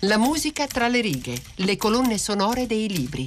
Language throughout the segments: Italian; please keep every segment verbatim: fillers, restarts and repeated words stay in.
La musica tra le righe, le colonne sonore dei libri.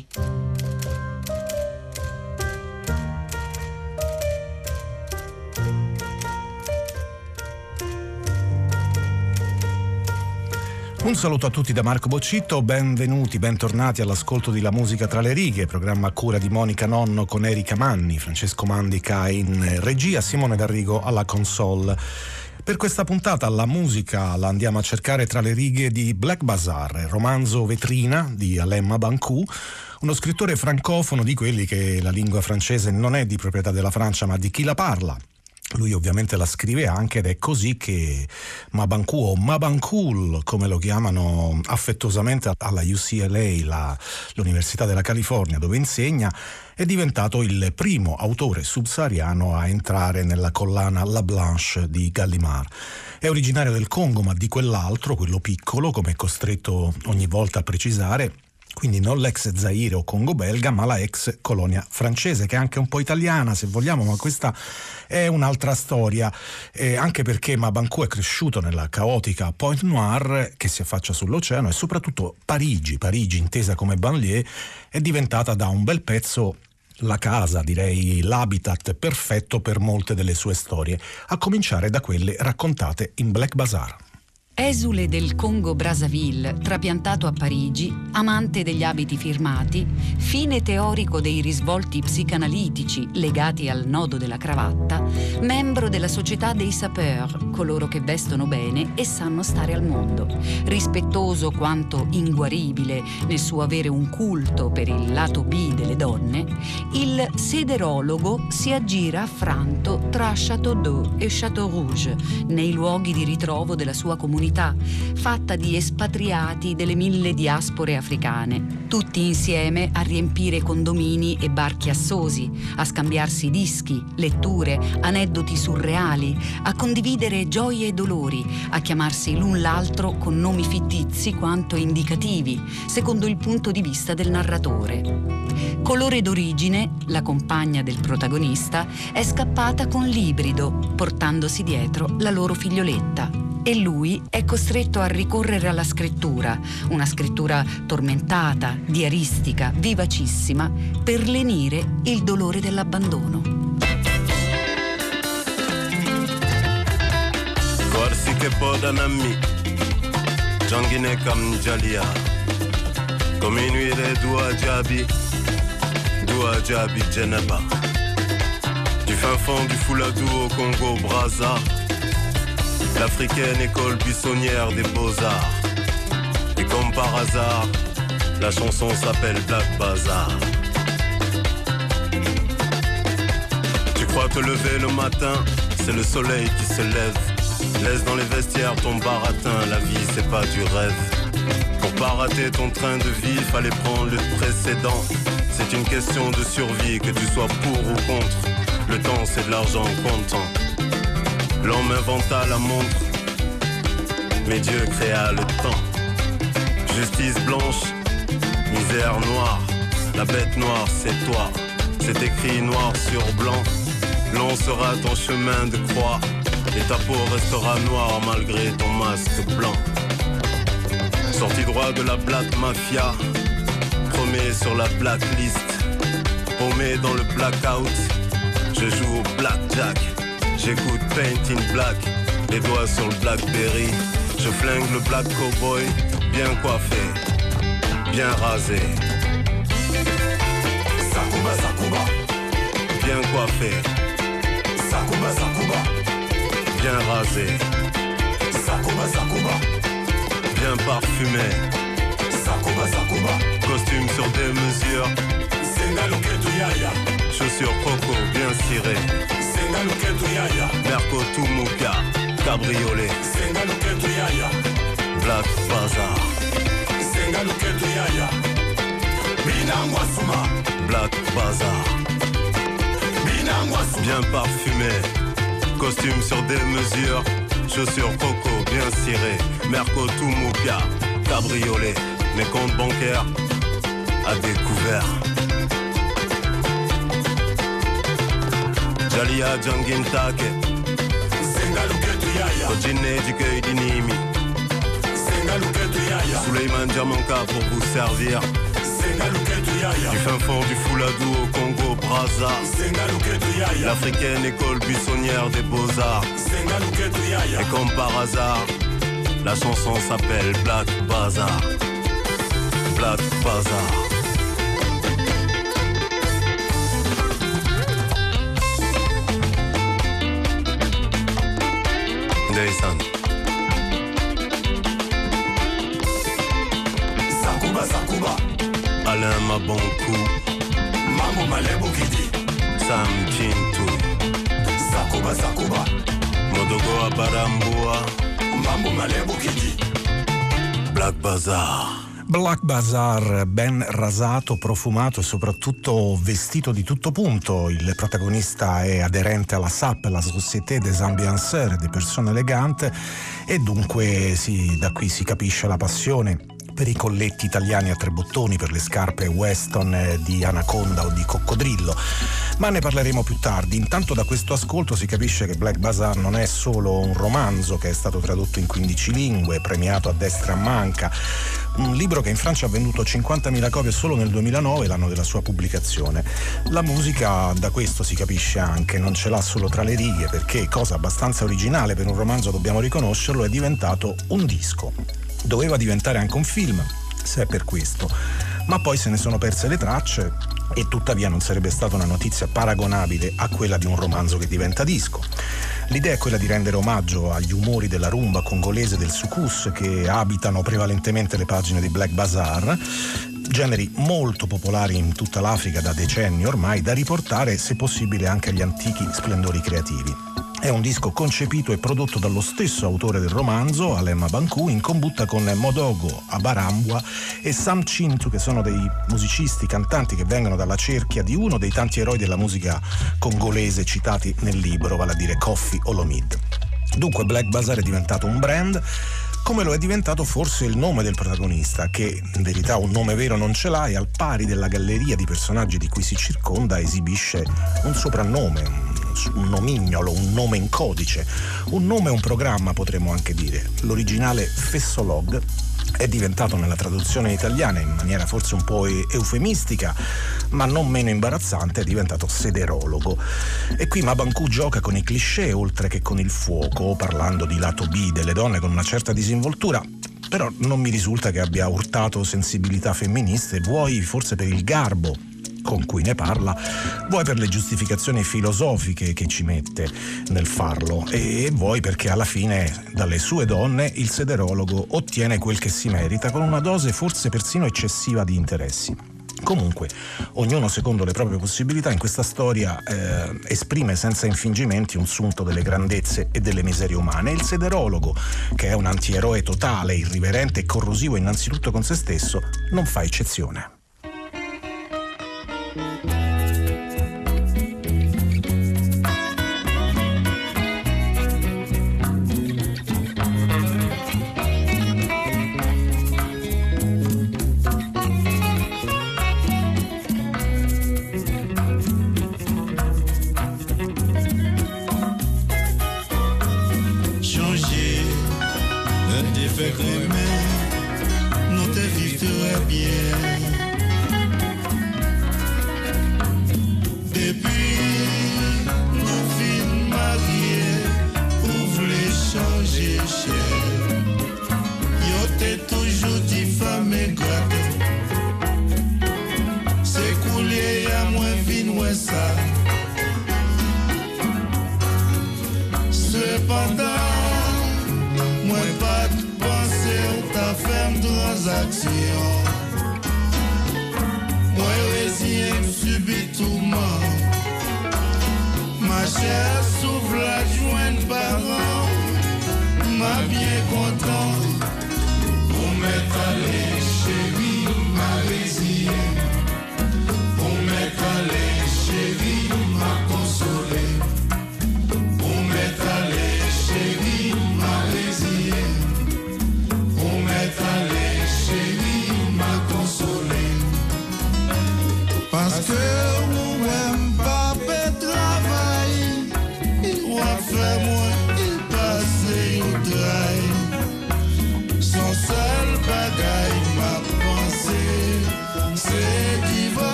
Un saluto a tutti da Marco Boccitto, benvenuti, bentornati all'ascolto di La musica tra le righe, programma a cura di Monica Nonno con Erika Manni, Francesco Mandica in regia, Simone D'Arrigo alla console. Per questa puntata la musica la andiamo a cercare tra le righe di Black Bazaar, romanzo vetrina di Alain Mabanckou, uno scrittore francofono di quelli che la lingua francese non è di proprietà della Francia ma di chi la parla. Lui ovviamente la scrive anche ed è così che Mabanckou o Mabancool, come lo chiamano affettuosamente alla U C L A, la, l'Università della California dove insegna, è diventato il primo autore subsahariano a entrare nella collana La Blanche di Gallimard. È originario del Congo, ma di quell'altro, quello piccolo, come è costretto ogni volta a precisare, quindi non l'ex Zaire o Congo belga, ma la ex colonia francese, che è anche un po' italiana se vogliamo, ma questa è un'altra storia, eh, anche perché Mabanckou è cresciuto nella caotica Pointe Noire che si affaccia sull'oceano, e soprattutto Parigi, Parigi intesa come banlieue, è diventata da un bel pezzo la casa, direi l'habitat perfetto per molte delle sue storie, a cominciare da quelle raccontate in Black Bazaar. Esule del Congo Brazzaville, trapiantato a Parigi, amante degli abiti firmati, fine teorico dei risvolti psicanalitici legati al nodo della cravatta, membro della società dei sapeurs, coloro che vestono bene e sanno stare al mondo, rispettoso quanto inguaribile nel suo avere un culto per il lato B delle donne, il sederologo si aggira affranto tra Château d'Eau e Château Rouge, nei luoghi di ritrovo della sua comunità, fatta di espatriati delle mille diaspore africane, tutti insieme a riempire condomini e bar chiassosi, a scambiarsi dischi, letture, aneddoti surreali, a condividere gioie e dolori, a chiamarsi l'un l'altro con nomi fittizi quanto indicativi, secondo il punto di vista del narratore. Colore d'origine, la compagna del protagonista, è scappata con l'ibrido, portandosi dietro la loro figlioletta. E lui è costretto a ricorrere alla scrittura, una scrittura tormentata, diaristica, vivacissima, per lenire il dolore dell'abbandono. Korsi che podanami, Jangine kam Jalia, Kominuire dua Djabi, dua Djabi Djeneba, du fin fond du Fouladou au Congo Brazza, l'africaine école buissonnière des beaux-arts. Et comme par hasard, la chanson s'appelle Black Bazaar. Tu crois te lever le matin, c'est le soleil qui se lève. Laisse dans les vestiaires ton baratin, la vie c'est pas du rêve. Pour pas rater ton train de vie, fallait prendre le précédent. C'est une question de survie, que tu sois pour ou contre. Le temps c'est de l'argent comptant. L'homme inventa la montre, mais Dieu créa le temps. Justice blanche, misère noire, la bête noire c'est toi. C'est écrit noir sur blanc, long sera ton chemin de croix, et ta peau restera noire malgré ton masque blanc. Sorti droit de la black mafia, promet sur la blacklist, paumé dans le blackout, je joue au blackjack. J'écoute Paint in Black, les doigts sur le Blackberry. Je flingue le black cowboy, bien coiffé, bien rasé. Sakuba Sakuba, bien coiffé. Sakuba Sakuba, bien rasé. Sakuba Sakuba, bien parfumé. Sakuba Sakuba, costume sur des mesures. Sengaluketu Yaya, chaussures coco bien cirées. Sengaluketu Yaya, Merco Tumuka, cabriolet. Sengaluketu Yaya, Black Bazaar. Sengaluketu Yaya, Binangwa Suma, Black Bazaar. Binangwa Suma, bien parfumé, costume sur des mesures. Chaussures coco bien cirées. Merco Tumuka, cabriolet. Mes comptes bancaires à découvert. Jalia Jangintake, Sengaluketu Yaya, Ojine Jikei Dinimi, Sengaluketu Yaya, Souleymane Diamanka pour vous servir. Du fin fond du Fouladou au Congo Brazza, l'africaine école buissonnière des beaux-arts. Et comme par hasard, la chanson s'appelle Black Bazaar. Black Bazaar. Ndeysan. Sakuba Sakuba Alain Mabonkou, Mambo Malebo Kidi, Sam Chintu, Sakuba Sakuba Modogo Abarambua, Mambo Malebo Kidi, Black Bazaar. Black Bazaar, ben rasato, profumato e soprattutto vestito di tutto punto. Il protagonista è aderente alla S A P, la Société des Ambianceurs, di persone elegante, e dunque sì, da qui si capisce la passione per i colletti italiani a tre bottoni, per le scarpe Weston di Anaconda o di Coccodrillo. Ma ne parleremo più tardi. Intanto da questo ascolto si capisce che Black Bazaar non è solo un romanzo che è stato tradotto in quindici lingue, premiato a destra e a manca, un libro che in Francia ha venduto cinquantamila copie solo nel duemilanove, l'anno della sua pubblicazione. La musica, da questo si capisce anche, non ce l'ha solo tra le righe, perché, cosa abbastanza originale per un romanzo, dobbiamo riconoscerlo, è diventato un disco. Doveva diventare anche un film, se è per questo, ma poi se ne sono perse le tracce e tuttavia non sarebbe stata una notizia paragonabile a quella di un romanzo che diventa disco. L'idea è quella di rendere omaggio agli umori della rumba congolese del soukous che abitano prevalentemente le pagine di Black Bazaar, generi molto popolari in tutta l'Africa da decenni ormai, da riportare se possibile anche agli antichi splendori creativi. È un disco concepito e prodotto dallo stesso autore del romanzo, Alain Mabonkou, in combutta con Modogo Abarambua e Sam Chintu, che sono dei musicisti, cantanti che vengono dalla cerchia di uno dei tanti eroi della musica congolese citati nel libro, vale a dire Koffi Olomide. Dunque Black Bazaar è diventato un brand, come lo è diventato forse il nome del protagonista, che in verità un nome vero non ce l'ha e al pari della galleria di personaggi di cui si circonda esibisce un soprannome, un un nomignolo, un nome in codice, un nome e un programma potremmo anche dire. L'originale Fessolog è diventato nella traduzione italiana, in maniera forse un po' eufemistica ma non meno imbarazzante, è diventato sederologo. E qui Mabonkou gioca con i cliché oltre che con il fuoco, parlando di lato B delle donne con una certa disinvoltura, però non mi risulta che abbia urtato sensibilità femministe, vuoi forse per il garbo con cui ne parla, vuoi per le giustificazioni filosofiche che ci mette nel farlo, e vuoi perché alla fine dalle sue donne il sederologo ottiene quel che si merita, con una dose forse persino eccessiva di interessi. Comunque, ognuno secondo le proprie possibilità in questa storia eh, esprime senza infingimenti un sunto delle grandezze e delle miserie umane. Il sederologo, che è un antieroe totale, irriverente e corrosivo innanzitutto con se stesso, non fa eccezione.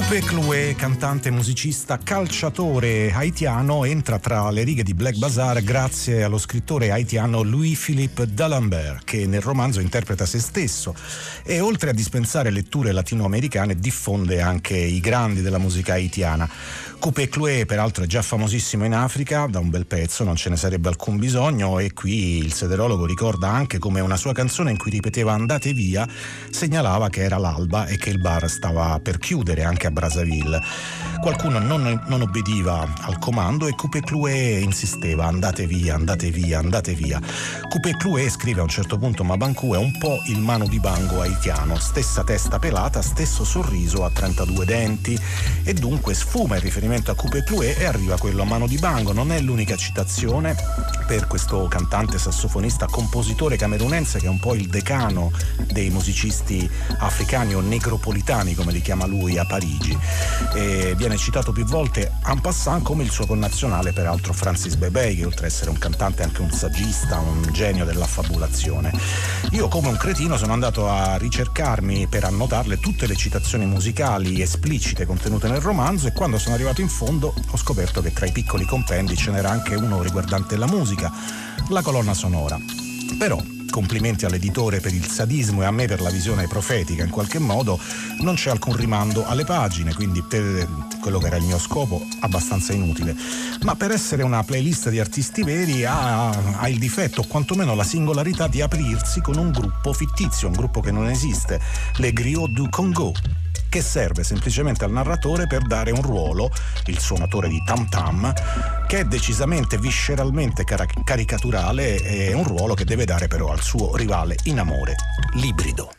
Coupé Cloué, cantante, musicista, calciatore haitiano, entra tra le righe di Black Bazaar grazie allo scrittore haitiano Louis-Philippe D'Alembert, che nel romanzo interpreta se stesso e oltre a dispensare letture latinoamericane diffonde anche i grandi della musica haitiana. Coupé Cloué peraltro è già famosissimo in Africa da un bel pezzo, non ce ne sarebbe alcun bisogno, e qui il sederologo ricorda anche come una sua canzone in cui ripeteva "andate via" segnalava che era l'alba e che il bar stava per chiudere anche a Brazzaville. Qualcuno non, non obbediva al comando e Coupé Cloué insisteva: andate via, andate via, andate via. Coupé Cloué, scrive a un certo punto Mabankou, è un po' il Manu Dibango haitiano, stessa testa pelata, stesso sorriso a trentadue denti, e dunque sfuma il riferimento a Coupé Cloué e arriva quello a Manu Dibango. Non è l'unica citazione per questo cantante, sassofonista, compositore camerunense che è un po' il decano dei musicisti africani o negropolitani come li chiama lui a Parigi, e viene citato più volte en passant come il suo connazionale peraltro Francis Bebey, che oltre ad essere un cantante è anche un saggista, un genio dell'affabulazione. Io come un cretino sono andato a ricercarmi per annotarle tutte le citazioni musicali esplicite contenute nel romanzo, e quando sono arrivato in fondo ho scoperto che tra i piccoli compendi ce n'era anche uno riguardante la musica, la colonna sonora. Però complimenti all'editore per il sadismo e a me per la visione profetica, in qualche modo non c'è alcun rimando alle pagine, quindi per quello che era il mio scopo abbastanza inutile, ma per essere una playlist di artisti veri ha, ha il difetto, o quantomeno la singolarità, di aprirsi con un gruppo fittizio, un gruppo che non esiste, le Griots du Congo, che serve semplicemente al narratore per dare un ruolo, il suonatore di tam tam, che è decisamente visceralmente car- caricaturale, e un ruolo che deve dare però al suo rivale in amore, l'ibrido.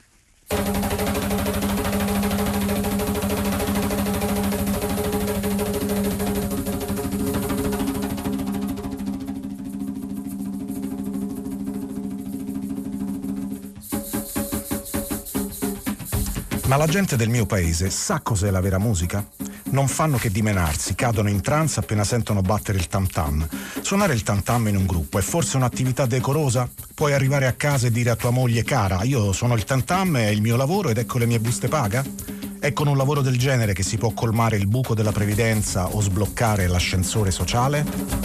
Ma la gente del mio paese sa cos'è la vera musica? Non fanno che dimenarsi, cadono in trance appena sentono battere il tam tam. Suonare il tam tam in un gruppo è forse un'attività decorosa? Puoi arrivare a casa e dire a tua moglie: cara, io suono il tam tam, è il mio lavoro ed ecco le mie buste paga? È con un lavoro del genere che si può colmare il buco della previdenza o sbloccare l'ascensore sociale?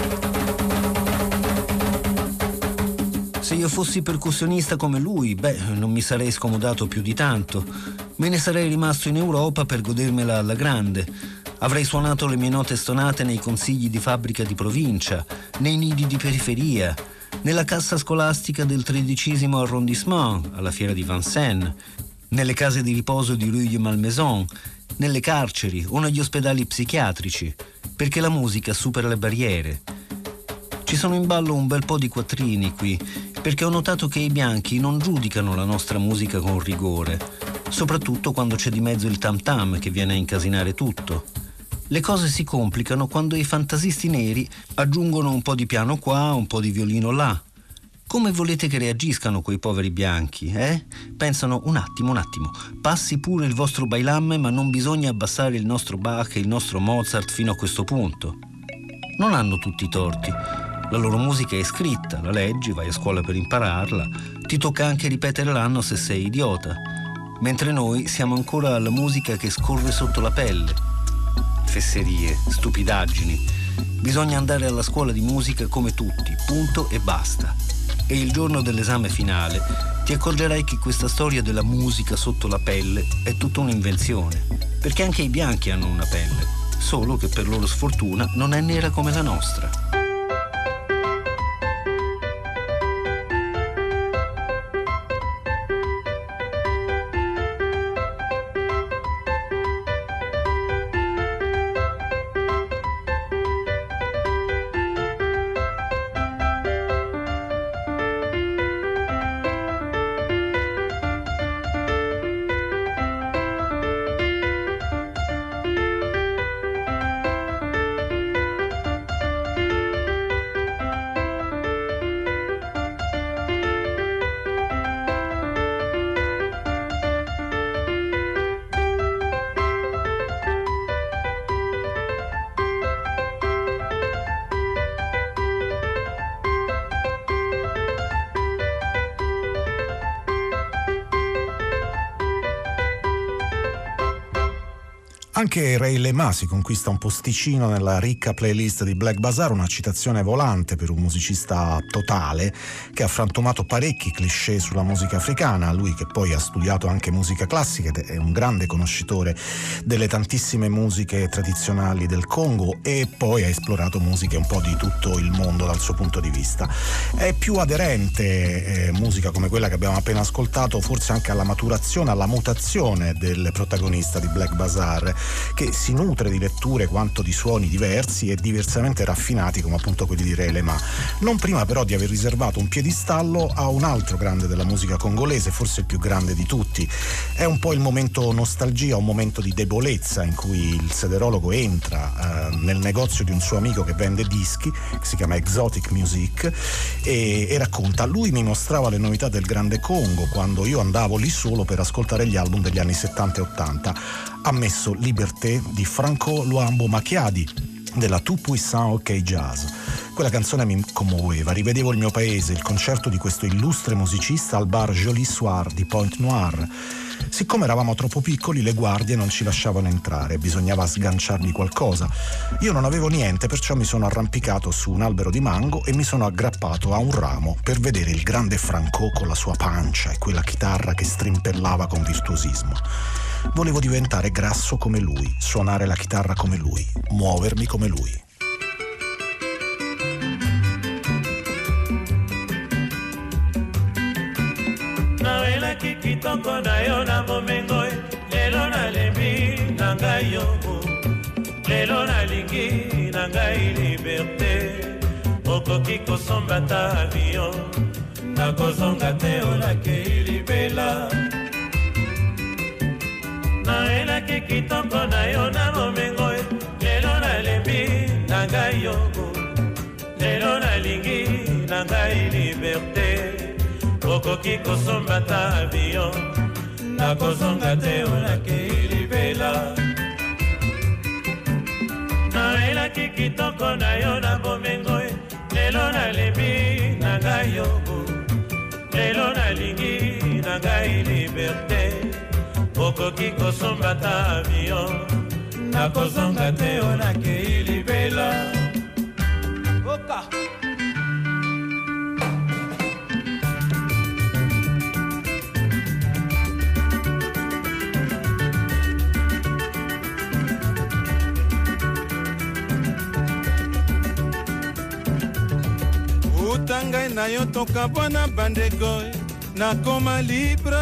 Se io fossi percussionista come lui, beh, non mi sarei scomodato più di tanto. Me ne sarei rimasto in Europa per godermela alla grande. Avrei suonato le mie note stonate nei consigli di fabbrica di provincia, nei nidi di periferia, nella cassa scolastica del tredicesimo arrondissement, alla fiera di Vincennes, nelle case di riposo di Rue de Malmaison, nelle carceri o negli ospedali psichiatrici, perché la musica supera le barriere. Ci sono in ballo un bel po' di quattrini qui, perché ho notato che i bianchi non giudicano la nostra musica con rigore, soprattutto quando c'è di mezzo il tam tam che viene a incasinare tutto. Le cose si complicano quando i fantasisti neri aggiungono un po' di piano qua, un po' di violino là. Come volete che reagiscano quei poveri bianchi, eh? Pensano: un attimo, un attimo, passi pure il vostro bailamme, ma non bisogna abbassare il nostro Bach e il nostro Mozart fino a questo punto. Non hanno tutti i torti. La loro musica è scritta, la leggi, vai a scuola per impararla, ti tocca anche ripetere l'anno se sei idiota. Mentre noi siamo ancora alla musica che scorre sotto la pelle. Fesserie, stupidaggini. Bisogna andare alla scuola di musica come tutti, punto e basta. E il giorno dell'esame finale ti accorgerai che questa storia della musica sotto la pelle è tutta un'invenzione, perché anche i bianchi hanno una pelle, solo che per loro sfortuna non è nera come la nostra. Anche Ray Lema si conquista un posticino nella ricca playlist di Black Bazaar, una citazione volante per un musicista totale che ha frantumato parecchi cliché sulla musica africana, lui che poi ha studiato anche musica classica ed è un grande conoscitore delle tantissime musiche tradizionali del Congo e poi ha esplorato musiche un po' di tutto il mondo dal suo punto di vista. È più aderente eh, musica come quella che abbiamo appena ascoltato forse anche alla maturazione, alla mutazione del protagonista di Black Bazaar, che si nutre di letture quanto di suoni diversi e diversamente raffinati come appunto quelli di Ray Lema, non prima però di aver riservato un piedistallo a un altro grande della musica congolese, forse il più grande di tutti. È un po' il momento nostalgia, un momento di debolezza in cui il sederologo entra eh, nel negozio di un suo amico che vende dischi, che si chiama Exotic Music, e, e racconta: lui mi mostrava le novità del grande Congo quando io andavo lì solo per ascoltare gli album degli anni settanta e ottanta. Ha messo Liberté di Franco Luambo Macchiadi della Tout Puissant OK Jazz. Quella canzone mi commuoveva, rivedevo il mio paese, il concerto di questo illustre musicista al bar Joli Soir di Pointe Noire. Siccome eravamo troppo piccoli, le guardie non ci lasciavano entrare, bisognava sganciargli qualcosa. Io non avevo niente, perciò mi sono arrampicato su un albero di mango e mi sono aggrappato a un ramo per vedere il grande Franco con la sua pancia e quella chitarra che strimpellava con virtuosismo. Volevo diventare grasso come lui, suonare la chitarra come lui, muovermi come lui. Nawelaki kitoko na yo na bomengo, lelo nalembi na ngai yo, lelo nalingi na ngai liberté, okoki kosomba ta avion, nakozonga te olakei libela. Naelaki kitoko na yo na bomengo, lelo nalembi na ngai yo, lelo nalingi na ngai liberté, okoki kosomba ta avion, nakozonga te olakei libela. Naelaki kitoko na yo na bomengo, lelo nalembi na ngai yo, lelo nalingi na ngai liberté, okoki kosomba ta avion, nakozonga te olakei libela. Oka utangai na yo toka bwana bandeko, nakoma libre.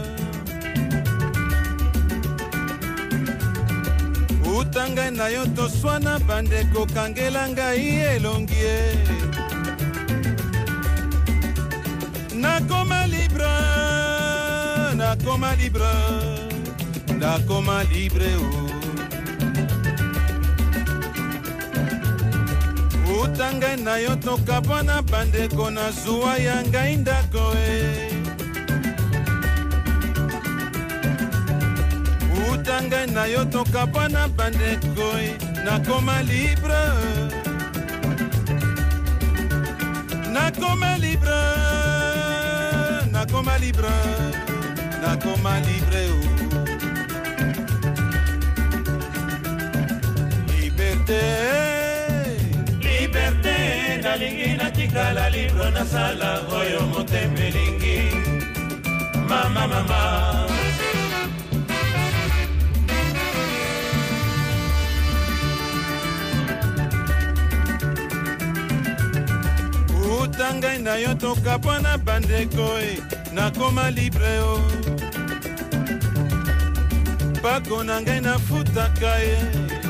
Utanga na yo toswana bandeko, kangela ngai elongie. Nakoma libre, nakoma libre, nakoma libre oh. Utanga na yo tokabwana bandeko, na zuwa ya ngai ndako e. Utanga na yo tokabwana bandeko, nakoma libre, nakoma libre, nakoma libre, nakoma libre oh. Liberté, liberté, nalingi natikala libre, nasala oyo motembelingi. Mama, mama Utanga na yo tokabwana bandeko, nakoma libre oh. Pako na ngai nafutaka ye,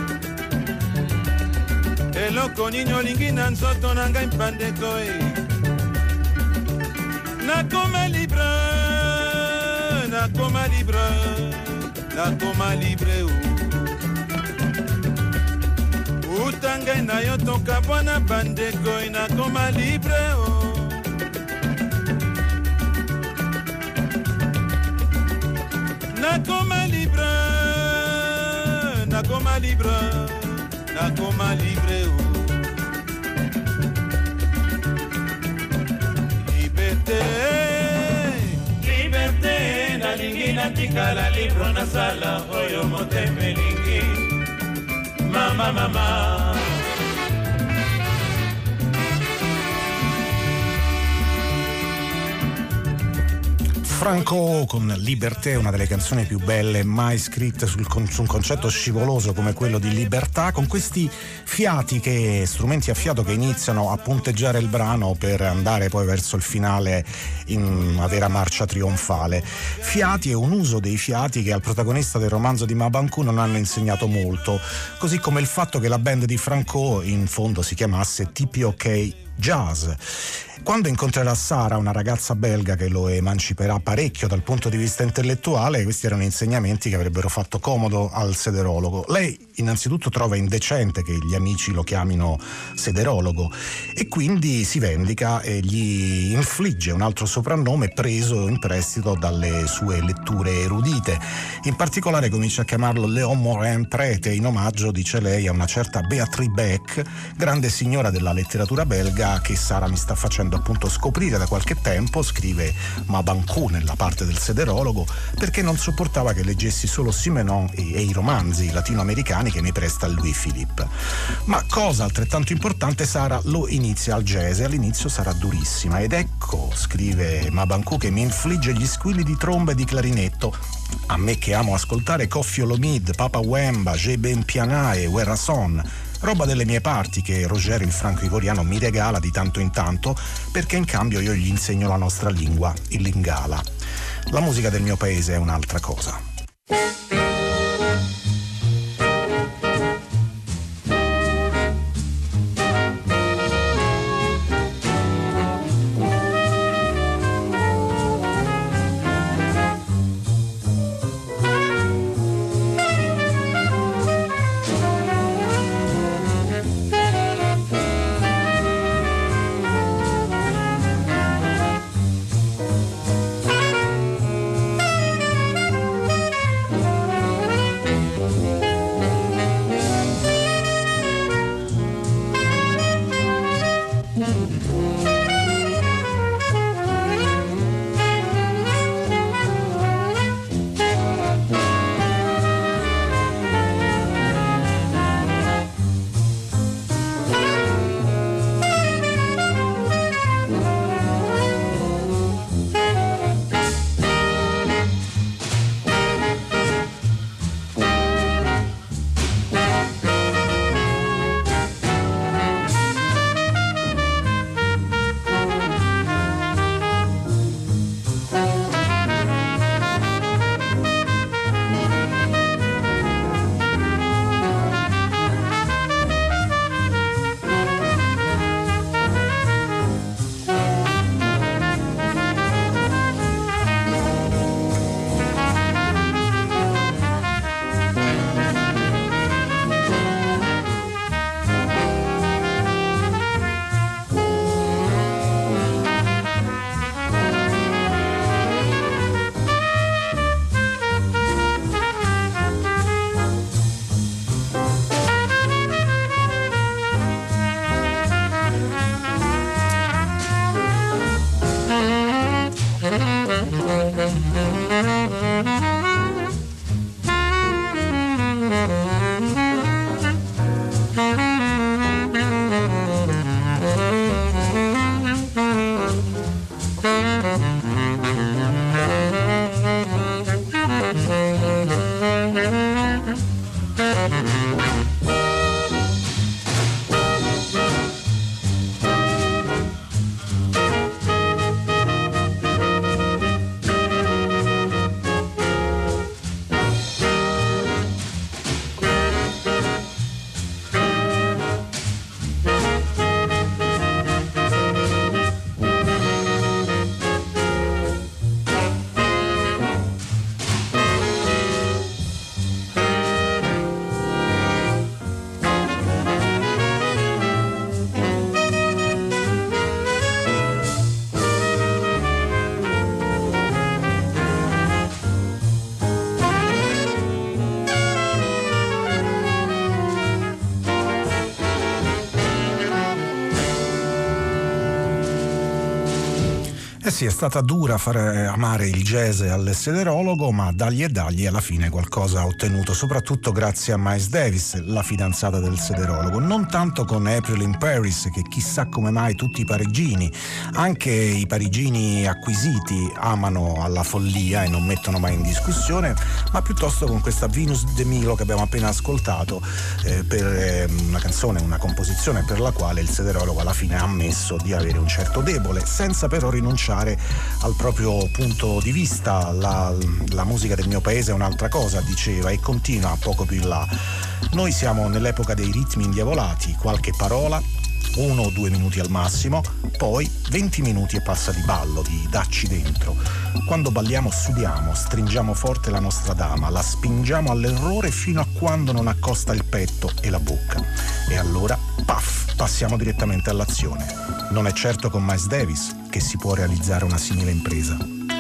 eloko nini olingi na nzoto na ngai bandeko, nakoma libre, nakoma libre, nakoma libre oh. Utanga na yo tokabwana bandeko, nakoma libre oh. Nakoma libre, nakoma libre, nakoma libre oh. Liberté, liberté, nalingi natikala libro nasala oyo motema elingi mama mama. Franco con Liberté, una delle canzoni più belle mai scritte sul con- su un concetto scivoloso come quello di libertà, con questi fiati, che strumenti a fiato che iniziano a punteggiare il brano per andare poi verso il finale in una vera marcia trionfale. Fiati e un uso dei fiati che al protagonista del romanzo di Mabankou non hanno insegnato molto, così come il fatto che la band di Franco in fondo si chiamasse T P O K Jazz. Quando incontrerà Sara, una ragazza belga che lo emanciperà parecchio dal punto di vista intellettuale, questi erano insegnamenti che avrebbero fatto comodo al sederologo. Lei innanzitutto trova indecente che gli amici lo chiamino sederologo e quindi si vendica e gli infligge un altro soprannome preso in prestito dalle sue letture erudite. In particolare comincia a chiamarlo Léon Morin Prete, in omaggio, dice lei, a una certa Beatrice Beck, grande signora della letteratura belga che Sara mi sta facendo appunto scoprire da qualche tempo, scrive Mabankou nella parte del sederologo, perché non sopportava che leggessi solo Simenon e, e i romanzi latinoamericani che mi presta Louis Philippe. Ma cosa altrettanto importante, Sara lo inizia al jazz e all'inizio sarà durissima, ed ecco, scrive Mabankou, che mi infligge gli squilli di tromba e di clarinetto, a me che amo ascoltare Koffi Olomide, Papa Wemba, J'ai Ben Piana e Werrason, roba delle mie parti che Roger il franco-ivoriano mi regala di tanto in tanto, perché in cambio io gli insegno la nostra lingua, il lingala. La musica del mio paese è un'altra cosa. Eh sì, è stata dura fare amare il jazz al sederologo, ma dagli e dagli alla fine qualcosa ha ottenuto, soprattutto grazie a Miles Davis, la fidanzata del sederologo. Non tanto con April in Paris, che chissà come mai tutti i parigini, anche i parigini acquisiti, amano alla follia e non mettono mai in discussione, ma piuttosto con questa Venus de Milo che abbiamo appena ascoltato, eh, per eh, una canzone, una composizione per la quale il sederologo alla fine ha ammesso di avere un certo debole, senza però rinunciare al proprio punto di vista. La, la musica del mio paese è un'altra cosa, diceva, e continua poco più in là. Noi siamo nell'epoca dei ritmi indiavolati, qualche parola, uno o due minuti al massimo, poi venti minuti e passa di ballo, di dacci dentro. Quando balliamo sudiamo, stringiamo forte la nostra dama, la spingiamo all'errore fino a quando non accosta il petto e la bocca. E allora, paf, passiamo direttamente all'azione. Non è certo con Miles Davis che si può realizzare una simile impresa.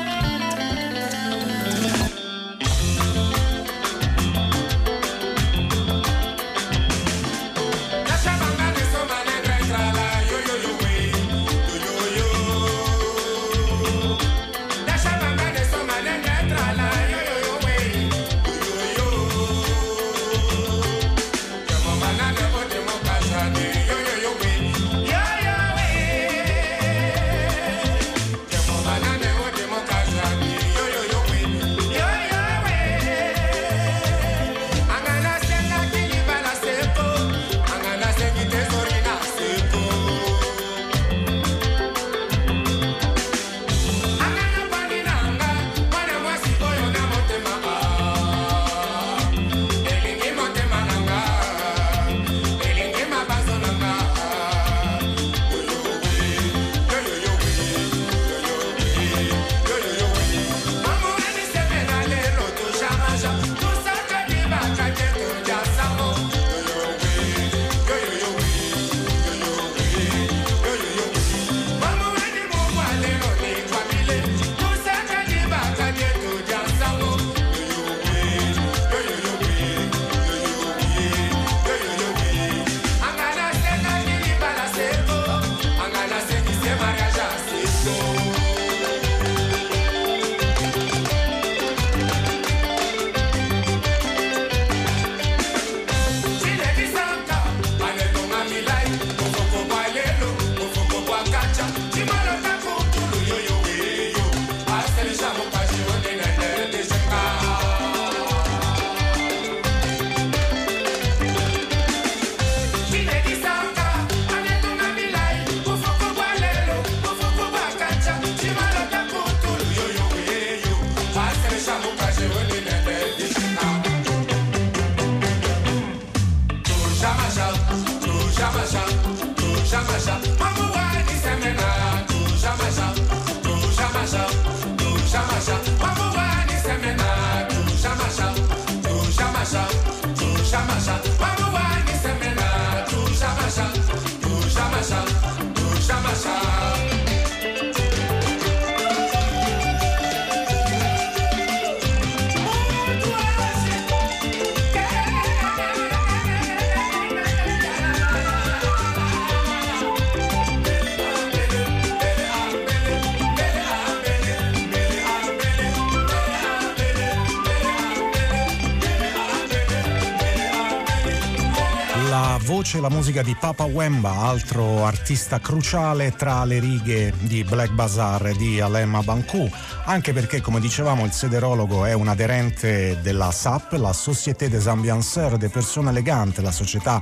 Voce, la musica di Papa Wemba, altro artista cruciale tra le righe di Black Bazaar e di Alain Mabancou, anche perché, come dicevamo, il sederologo è un aderente della S A P, la Société des Ambianceurs, des Personnes Elegantes, la società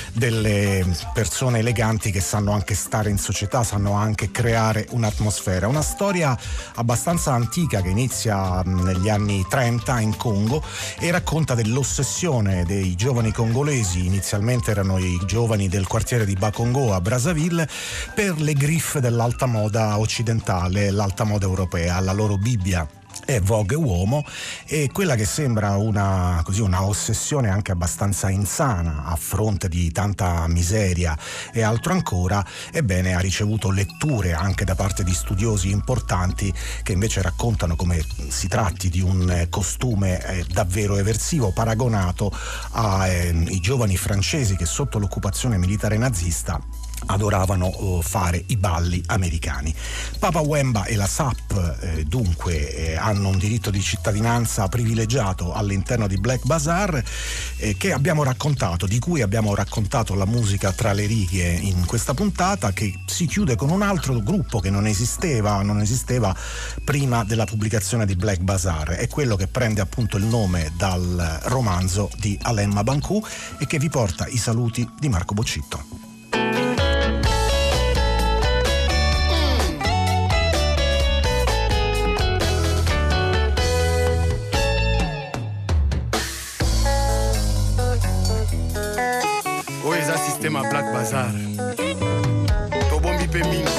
delle persone eleganti che sanno anche stare in società, sanno anche creare un'atmosfera. Una storia abbastanza antica che inizia negli anni trenta in Congo e racconta dell'ossessione dei giovani congolesi, inizialmente erano i giovani del quartiere di Bakongo a Brazzaville, per le griffe dell'alta moda occidentale, l'alta moda europea. La loro Bibbia è Vogue Uomo, e quella che sembra una, così, una ossessione anche abbastanza insana a fronte di tanta miseria e altro ancora, ebbene ha ricevuto letture anche da parte di studiosi importanti che invece raccontano come si tratti di un costume eh, davvero eversivo, paragonato ai eh, giovani francesi che sotto l'occupazione militare nazista adoravano uh, fare i balli americani. Papa Wemba e la S A P eh, dunque eh, hanno un diritto di cittadinanza privilegiato all'interno di Black Bazaar eh, che abbiamo raccontato, di cui abbiamo raccontato la musica tra le righe in questa puntata, che si chiude con un altro gruppo che non esisteva, non esisteva prima della pubblicazione di Black Bazaar. È quello che prende appunto il nome dal romanzo di Alain Mabancou e che vi porta i saluti di Marco Boccitto. Ma Black Bazaar tobombi pe mingi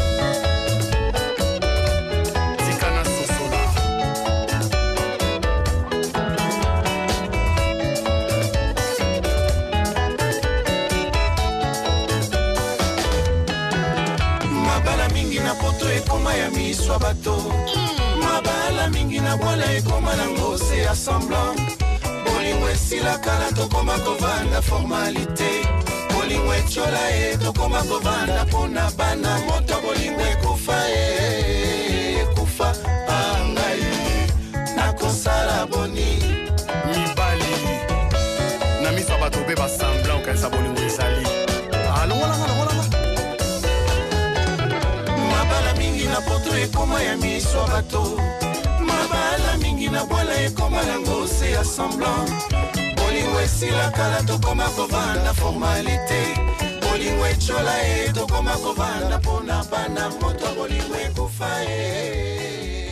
zikana sosola mabala mingi na poto ekoma ya miswa bato mabala mingi na bwala ekoma na ngose ya semblant bolingo esila kala tokoma kovanda formalité bolingo echola e tokoma kovanda pona bana moto bolingo ekufa e ekufa angai nakosala boni mibali na miso bato be basambla okanisa bolingo ezali alongolanga longolanga mabala mingi na poto ekoma ya miso bato mabala mingi na bwala ekoma na ngose ya semblant bolingo esila kala tokoma kovanda formalité bolingo echola e tokoma kovanda pona bana moto bolingo ekufa e